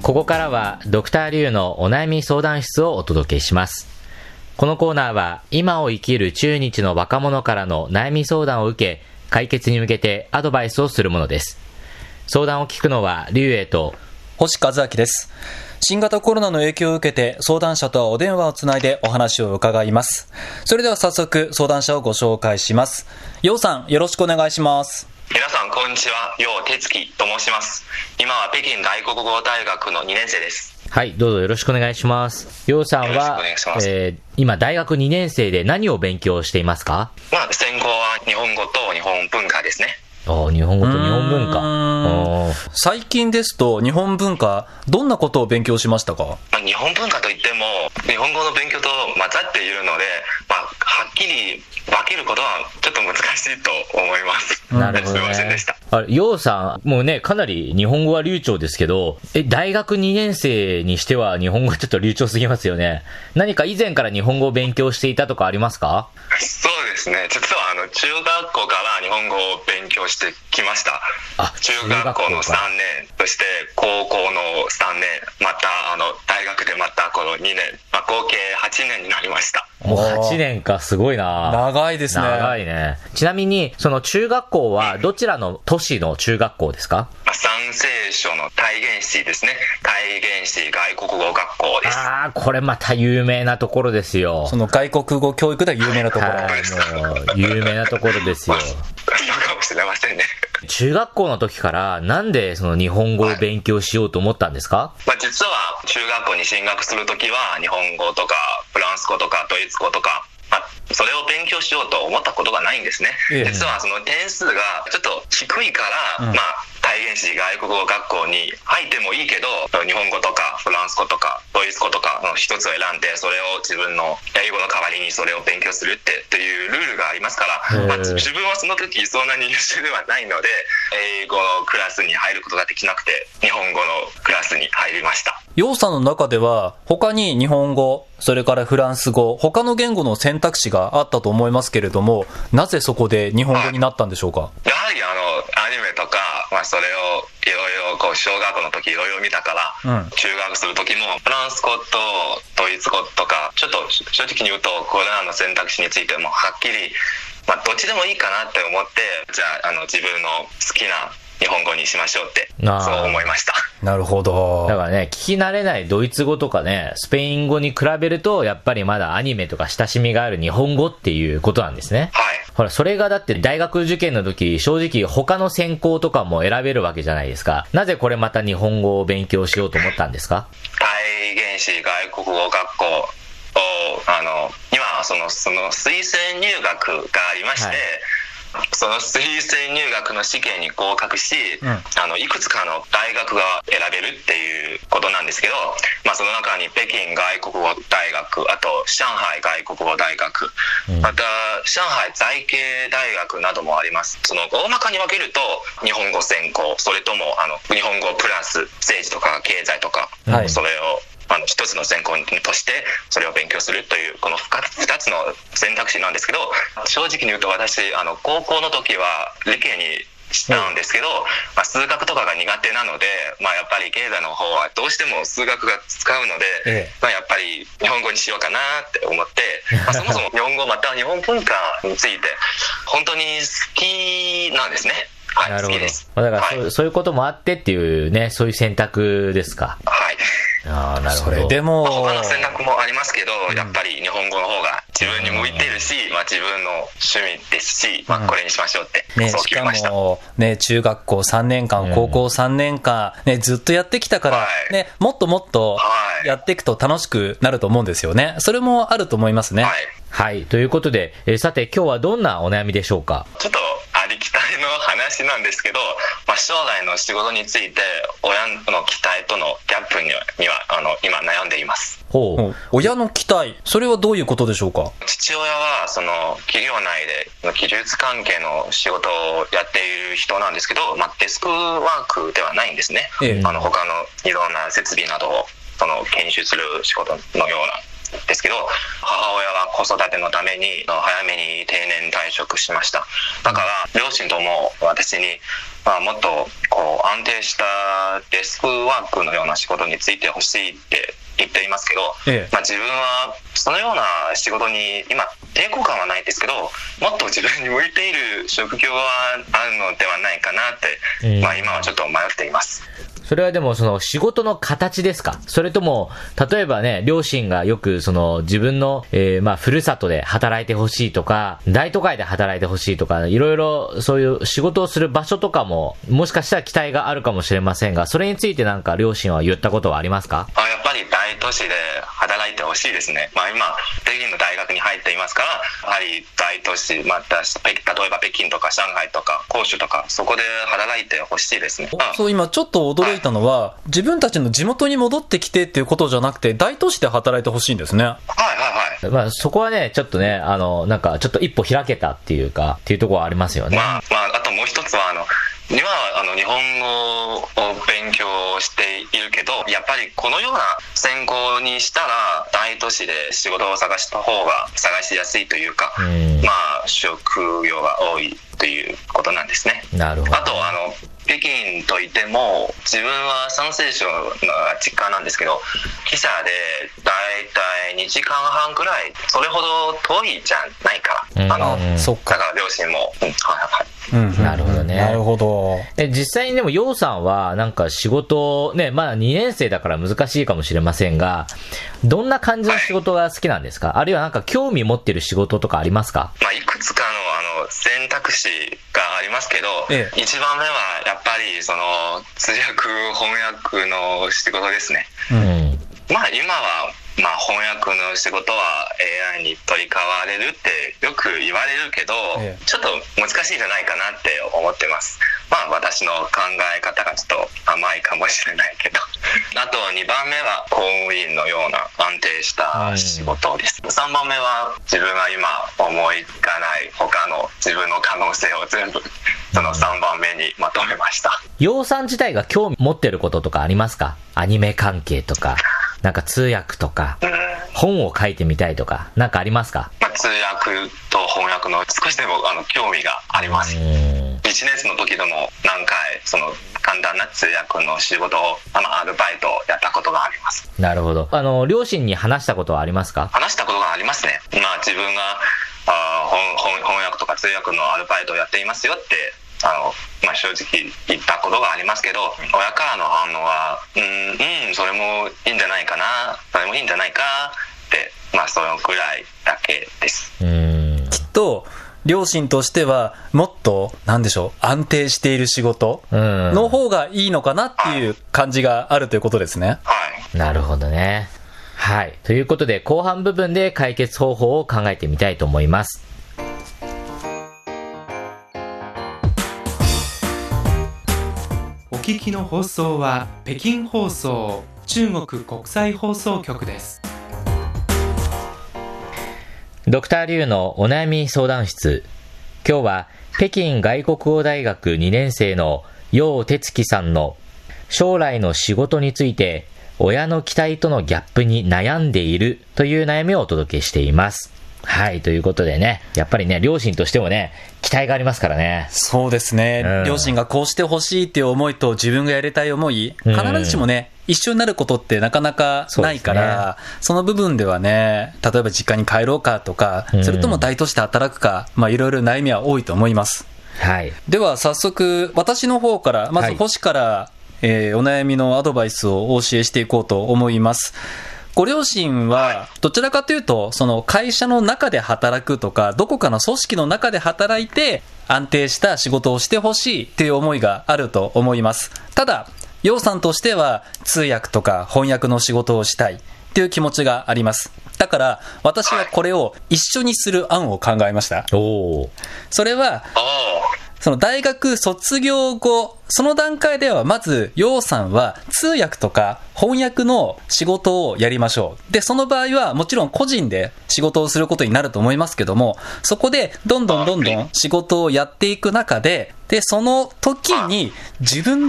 ここからはドクターリュウのお悩み相談室をお届けします。このコーナーは今を生きる中日の若者からの悩み相談を受け、解決に向けてアドバイスをするものです。相談を聞くのはリュウエイと星和明です。新型コロナの影響を受けて相談者とはお電話をつないでお話を伺います。それでは早速相談者をご紹介します。ヨウさん、よろしくお願いします。 皆さんこんにちは、ヨウ哲樹と申します。今は北京外国語大学の2年生です。 はい、どうぞよろしくお願いします。ヨウさんは、今大学2年生で何を勉強していますか？ 専攻は日本語と日本文化ですね。 日本語と日本文化。 最近ですと日本文化どんなことを勉強しましたか？ 日本文化といっても日本語の勉強と混ざっているので、はっきり分けることはちょっと難しいと思います。 なるほどね。 すいませんでした。 ヨウさんもうね、かなり日本語は流暢ですけど、大学2年生にしては日本語ちょっと流暢すぎますよね。何か以前から日本語を勉強していたとかありますか？ そうですね、実は中学校から日本語を勉強してきました。中学校の3年、そして高校の3年、また大学でまたこの2年、合計8年になりました。 もう8年か、すごいな。 長いですね。 長いね。ちなみにその中学校はどちらの都市の中学校ですか？ 山西省の太原市ですね。太原市外国語学校です。 これまた有名なところですよ。 その外国語教育では有名なところ。 もう有名なところですよ。 そうかもしれませんね。 中学校の時からなんでその日本語を勉強しようと思ったんですか？ 実は中学校に進学するときは日本語とかフランス語とかドイツ語とか、それを勉強しようと思ったことがないんですね。実はその点数がちょっと低いから、太原市外国語学校に入ってもいいけど、日本語とかフランス語とかドイツ語とかの一つを選んで、それを自分の英語の代わりにそれを勉強するっていうルールがありますから、自分はその時そんなに優秀ではないので、英語のクラスに入ることができなくて、日本語のクラスに入りました。 ヨウさんの中では他に日本語、それからフランス語、他の言語の選択肢があったと思いますけれども、なぜそこで日本語になったんでしょうか？ やはりアニメとか、それをいろいろ小学校の時いろいろ見たから、中学する時もフランス語とドイツ語とか、ちょっと正直に言うとこれらの選択肢についてもはっきり、どっちでもいいかなって思って、じゃあ自分の好きな日本語にしましょうってそう思いました。 なるほど。 だからね、聞き慣れないドイツ語とかね、スペイン語に比べるとやっぱりまだアニメとか親しみがある日本語っていうことなんですね。 はい。 ほら、それがだって大学受験の時、正直他の専攻とかも選べるわけじゃないですか。なぜこれまた日本語を勉強しようと思ったんですか？ 太原市外国語学校を今その推薦入学がありまして、その推薦入学の試験に合格し、いくつかの大学が選べるっていうことなんですけど、その中に北京外国語大学、あと上海外国語大学、また上海財系大学などもあります。その大まかに分けると日本語専攻、それとも日本語プラス政治とか経済とか、それを一つの専攻としてそれを勉強するというこの2つの選択肢なんですけど、正直に言うと私高校の時は理系にしたんですけど、数学とかが苦手なので、やっぱり経済の方はどうしても数学が使うので、やっぱり日本語にしようかなって思って、そもそも日本語また日本文化について本当に好きなんですね。はい、 なるほど。 好きです。 だからそういうこともあってっていうね、そういう選択ですか。 はい。 なるほど。 それでも他の選択もありますけど、やっぱり日本語の方が自分に向いてるし、自分の趣味ですし、これにしましょうって、そう決めました。 しかもね、中学校3年間、高校3年間、ね、ずっとやってきたから、ね、もっともっとやっていくと楽しくなると思うんですよね。それもあると思いますね。 はい。ということで、さて今日はどんなお悩みでしょうか？ ちょっとありきたりの話なんですけど、将来の仕事について親の期待とのギャップには今悩んでいます。 親の期待、それはどういうことでしょうか？ 父親はその企業内で技術関係の仕事をやっている人なんですけど、デスクワークではないんですね。他のいろんな設備などを研修する仕事のようなですけど、母親は子育てのために早めに定年退職しました。だから両親とも私に、もっと安定したデスクワークのような仕事についてほしいって言っていますけど、自分はそのような仕事に今抵抗感はないですけど、もっと自分に向いている職業はあるのではないかなって、今はちょっと迷っています。 それはでもその仕事の形ですか？それとも例えばね、両親がよくその自分の、ふるさとで働いてほしいとか、大都会で働いてほしいとか、いろいろそういう仕事をする場所とかももしかしたら期待があるかもしれませんが、それについてなんか両親は言ったことはありますか？ やっぱり大都市で働いてほしいですね。今北京の大学に入っていますから、やはり大都市、また例えば北京とか上海とか広州とか、そこで働いてほしいですね。 そう、今ちょっと驚いたのは、自分たちの地元に戻ってきてっていうことじゃなくて、大都市で働いてほしいんですね。 そこはね、ちょっとね、なんかちょっと一歩開けたっていうか、っていうところはありますよね。 あともう一つは、今日本語を勉強しているけど、やっぱりこのような専攻にしたら大都市で仕事を探した方が探しやすいというか、職業が多いということなんですね。 なるほど。 あと北京といっても、自分は山西省の実家なんですけど、汽車でだいたい2時間半くらい、それほど遠いじゃないから、 そっか。 だから両親も、 なるほどね。 なるほど。 実際にでも、楊さんはなんか仕事ね、まだ2年生だから難しいかもしれませんが、どんな感じの仕事が好きなんですか？あるいはなんか興味持ってる仕事とかありますか？ いくつかの選択肢がありますけど、一番目はやっぱりその通訳翻訳の仕事ですね。今は翻訳の仕事は AI に取り替われるってよく言われるけど、ちょっと難しいんじゃないかなって思ってます。私の考え方がちょっと甘いかもしれないけどあと2番目は公務員のような安定した仕事です。3番目は自分が今思いつかない他の自分の可能性を全部その3番目にまとめました。 楊さん自体が興味持ってることとかありますか？アニメ関係とか、なんか通訳とか、本を書いてみたいとか、なんかありますか？ 通訳と翻訳の少しでも興味があります。ビジネスの時でも何回その簡単な通訳の仕事をアルバイトをやったことがあります。 なるほど。両親に話したことはありますか？ 話したことがありますね。自分が翻訳とか通訳のアルバイトをやっていますよって正直言ったことがありますけど、親からの反応はそれもいいんじゃないかな、それもいいんじゃないかって、そのくらいだけです。 きっと両親としてはもっと安定している仕事の方がいいのかなっていう感じがあるということですね。 なるほどね。はい。ということで後半部分で解決方法を考えてみたいと思います。 お聞きの放送は北京放送中国国際放送局です。 ドクターリュウのお悩み相談室。今日は北京外国語大学2年生の楊哲樹さんの将来の仕事について親の期待とのギャップに悩んでいるという悩みをお届けしています。はい、ということでね、やっぱりね、両親としてもね、期待がありますからね。 そうですね。両親がこうしてほしいっていう思いと自分がやりたい思い、必ずしもね、一緒になることってなかなかないから、その部分ではね、例えば実家に帰ろうかとか、それとも大都市で働くか、いろいろ悩みは多いと思います。 はい。 では早速、私の方から、まず星から、お悩みのアドバイスをお教えしていこうと思います。ご両親はどちらかというとその会社の中で働くとかどこかの組織の中で働いて安定した仕事をしてほしいという思いがあると思います。ただ楊さんとしては通訳とか翻訳の仕事をしたいという気持ちがあります。だから私はこれを一緒にする案を考えました。それはその大学卒業後、その段階ではまず楊さんは通訳とか翻訳の仕事をやりましょう。でその場合はもちろん個人で仕事をすることになると思いますけども、そこでどんどん仕事をやっていく中で、その時に自分で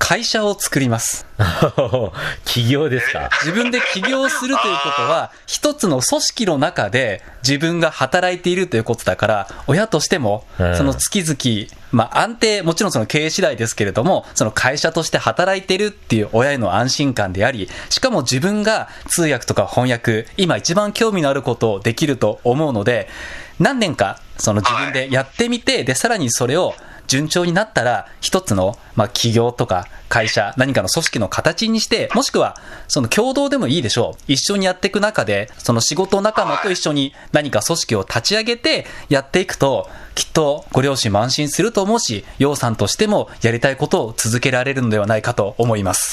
会社を作ります。 起業ですか？ 自分で起業するということは、一つの組織の中で自分が働いているということだから、親としても、その月々、安定、もちろんその経営次第ですけれども、その会社として働いているっていう親への安心感であり、しかも自分が通訳とか翻訳、今一番興味のあることをできると思うので、何年かその自分でやってみて、でさらにそれを順調になったら一つの企業とか会社、何かの組織の形にして、もしくはその共同でもいいでしょう、一緒にやっていく中で、その仕事仲間と一緒に何か組織を立ち上げてやっていくと、きっとご両親も安心すると思うし、楊さんとしてもやりたいことを続けられるのではないかと思います。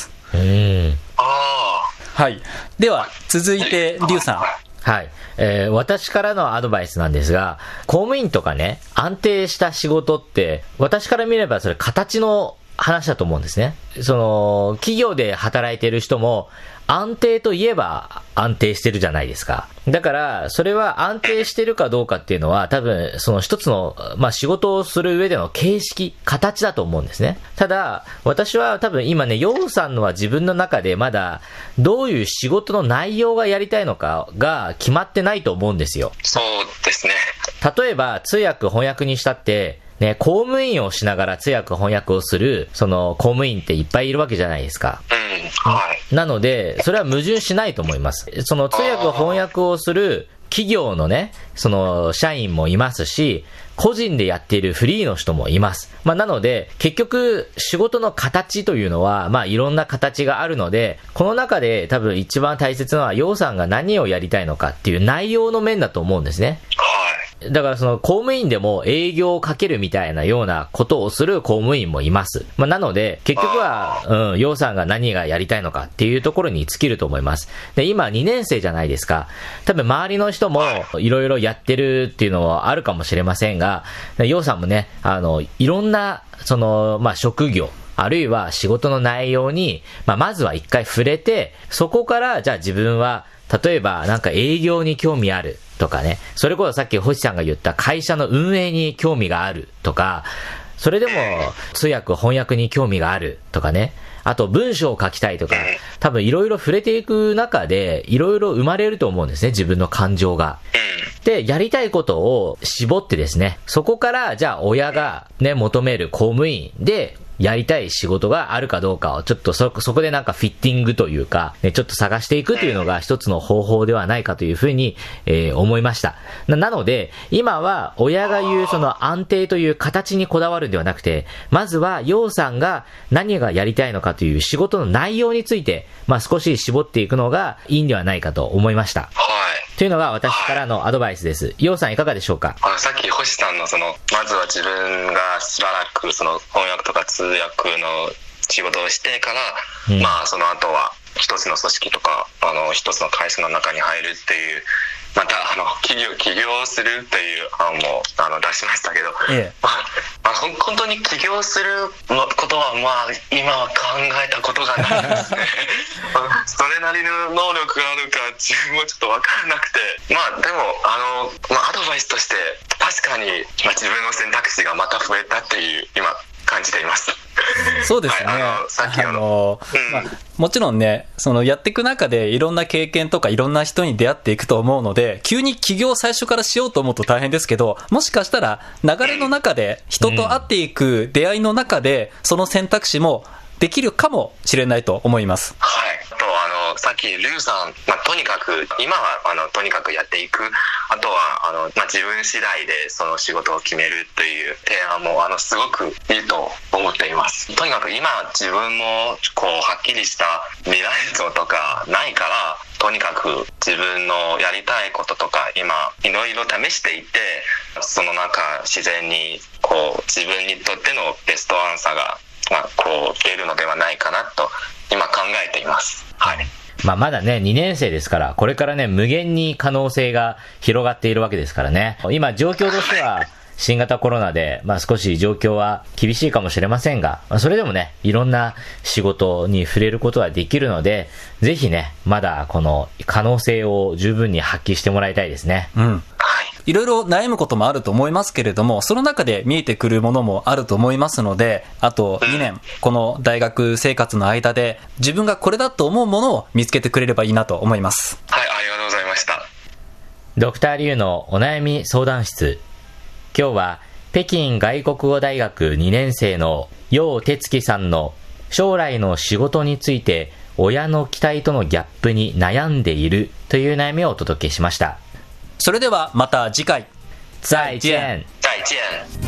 はい。では続いてリュウさん。 はい。私からのアドバイスなんですが、公務員とかね、安定した仕事って、私から見ればそれ形の話だと思うんですね。その、企業で働いている人も、安定といえば安定してるじゃないですか。だから、それは安定してるかどうかっていうのは、多分、その一つの、仕事をする上での形式、形だと思うんですね。ただ、私は多分今ね、楊さんのは自分の中でまだ、どういう仕事の内容がやりたいのかが決まってないと思うんですよ。 そうですね。 例えば、通訳翻訳にしたって、ね、公務員をしながら通訳翻訳をする、その公務員っていっぱいいるわけじゃないですか。 はい。 なので、それは矛盾しないと思います。その通訳翻訳をする企業のね、その社員もいますし、個人でやっているフリーの人もいます。なので、結局、仕事の形というのは、いろんな形があるので、この中で多分一番大切なのは、楊さんが何をやりたいのかっていう内容の面だと思うんですね。だからその公務員でも営業をかけるみたいなようなことをする公務員もいます。なので、結局は、楊さんが何がやりたいのかっていうところに尽きると思います。で、今2年生じゃないですか。多分周りの人もいろいろやってるっていうのはあるかもしれませんが、楊さんもね、いろんな、その、職業、あるいは仕事の内容に、まずは一回触れて、そこから、じゃあ自分は、例えばなんか営業に興味あるとかね、それこそさっき星さんが言った会社の運営に興味があるとか、それでも通訳翻訳に興味があるとかね、あと文章を書きたいとか、多分いろいろ触れていく中でいろいろ生まれると思うんですね、自分の感情が。で、やりたいことを絞ってですね、そこからじゃあ親がね、求める公務員でやりたい仕事があるかどうかをちょっとそこでなんかフィッティングというか、ね、ちょっと探していくというのが一つの方法ではないかというふうに、思いました。なので、今は親が言うその安定という形にこだわるんではなくて、まずは楊さんが何がやりたいのかという仕事の内容について、少し絞っていくのがいいんではないかと思いました。というのが私からのアドバイスです。楊さんいかがでしょうか？ さっき星さんのまずは自分がしばらくその翻訳とか通訳の仕事をしてから、その後は一つの組織とか一つの会社の中に入るっていう、また起業するっていう案も出しましたけど、本当に起業することは今は考えたことがないですね。それなりの能力があるか自分もちょっと分からなくて、でもアドバイスとして確かに、自分の選択肢がまた増えたっていう今感じています。 そうですね。 さっきもちろんね、やっていく中でいろんな経験とかいろんな人に出会っていくと思うので、急に起業を最初からしようと思うと大変ですけど、もしかしたら流れの中で人と会っていく出会いの中でその選択肢もできるかもしれないと思います。 はい。さっきリュウさん、とにかく今はとにかくやっていく、あとは自分次第でその仕事を決めるという提案もすごくいいと思っています。とにかく今自分もはっきりした未来像とかないから、とにかく自分のやりたいこととか今いろいろ試していって、その中自然に自分にとってのベストアンサーが出るのではないかなと今考えています。はい。 まだね、2年生ですから、これからね、無限に可能性が広がっているわけですからね。今、状況としては、新型コロナで、少し状況は厳しいかもしれませんが、それでもね、いろんな仕事に触れることはできるので、ぜひね、まだこの可能性を十分に発揮してもらいたいですね。 うん。 はい。 いろいろ悩むこともあると思いますけれども、その中で見えてくるものもあると思いますので、あと2年、この大学生活の間で自分がこれだと思うものを見つけてくれればいいなと思います。 はい、ありがとうございました。 ドクターリュウのお悩み相談室。今日は北京外国語大学2年生の楊哲樹さんの将来の仕事について親の期待とのギャップに悩んでいるという悩みをお届けしました。 それではまた次回。 再见。 再见。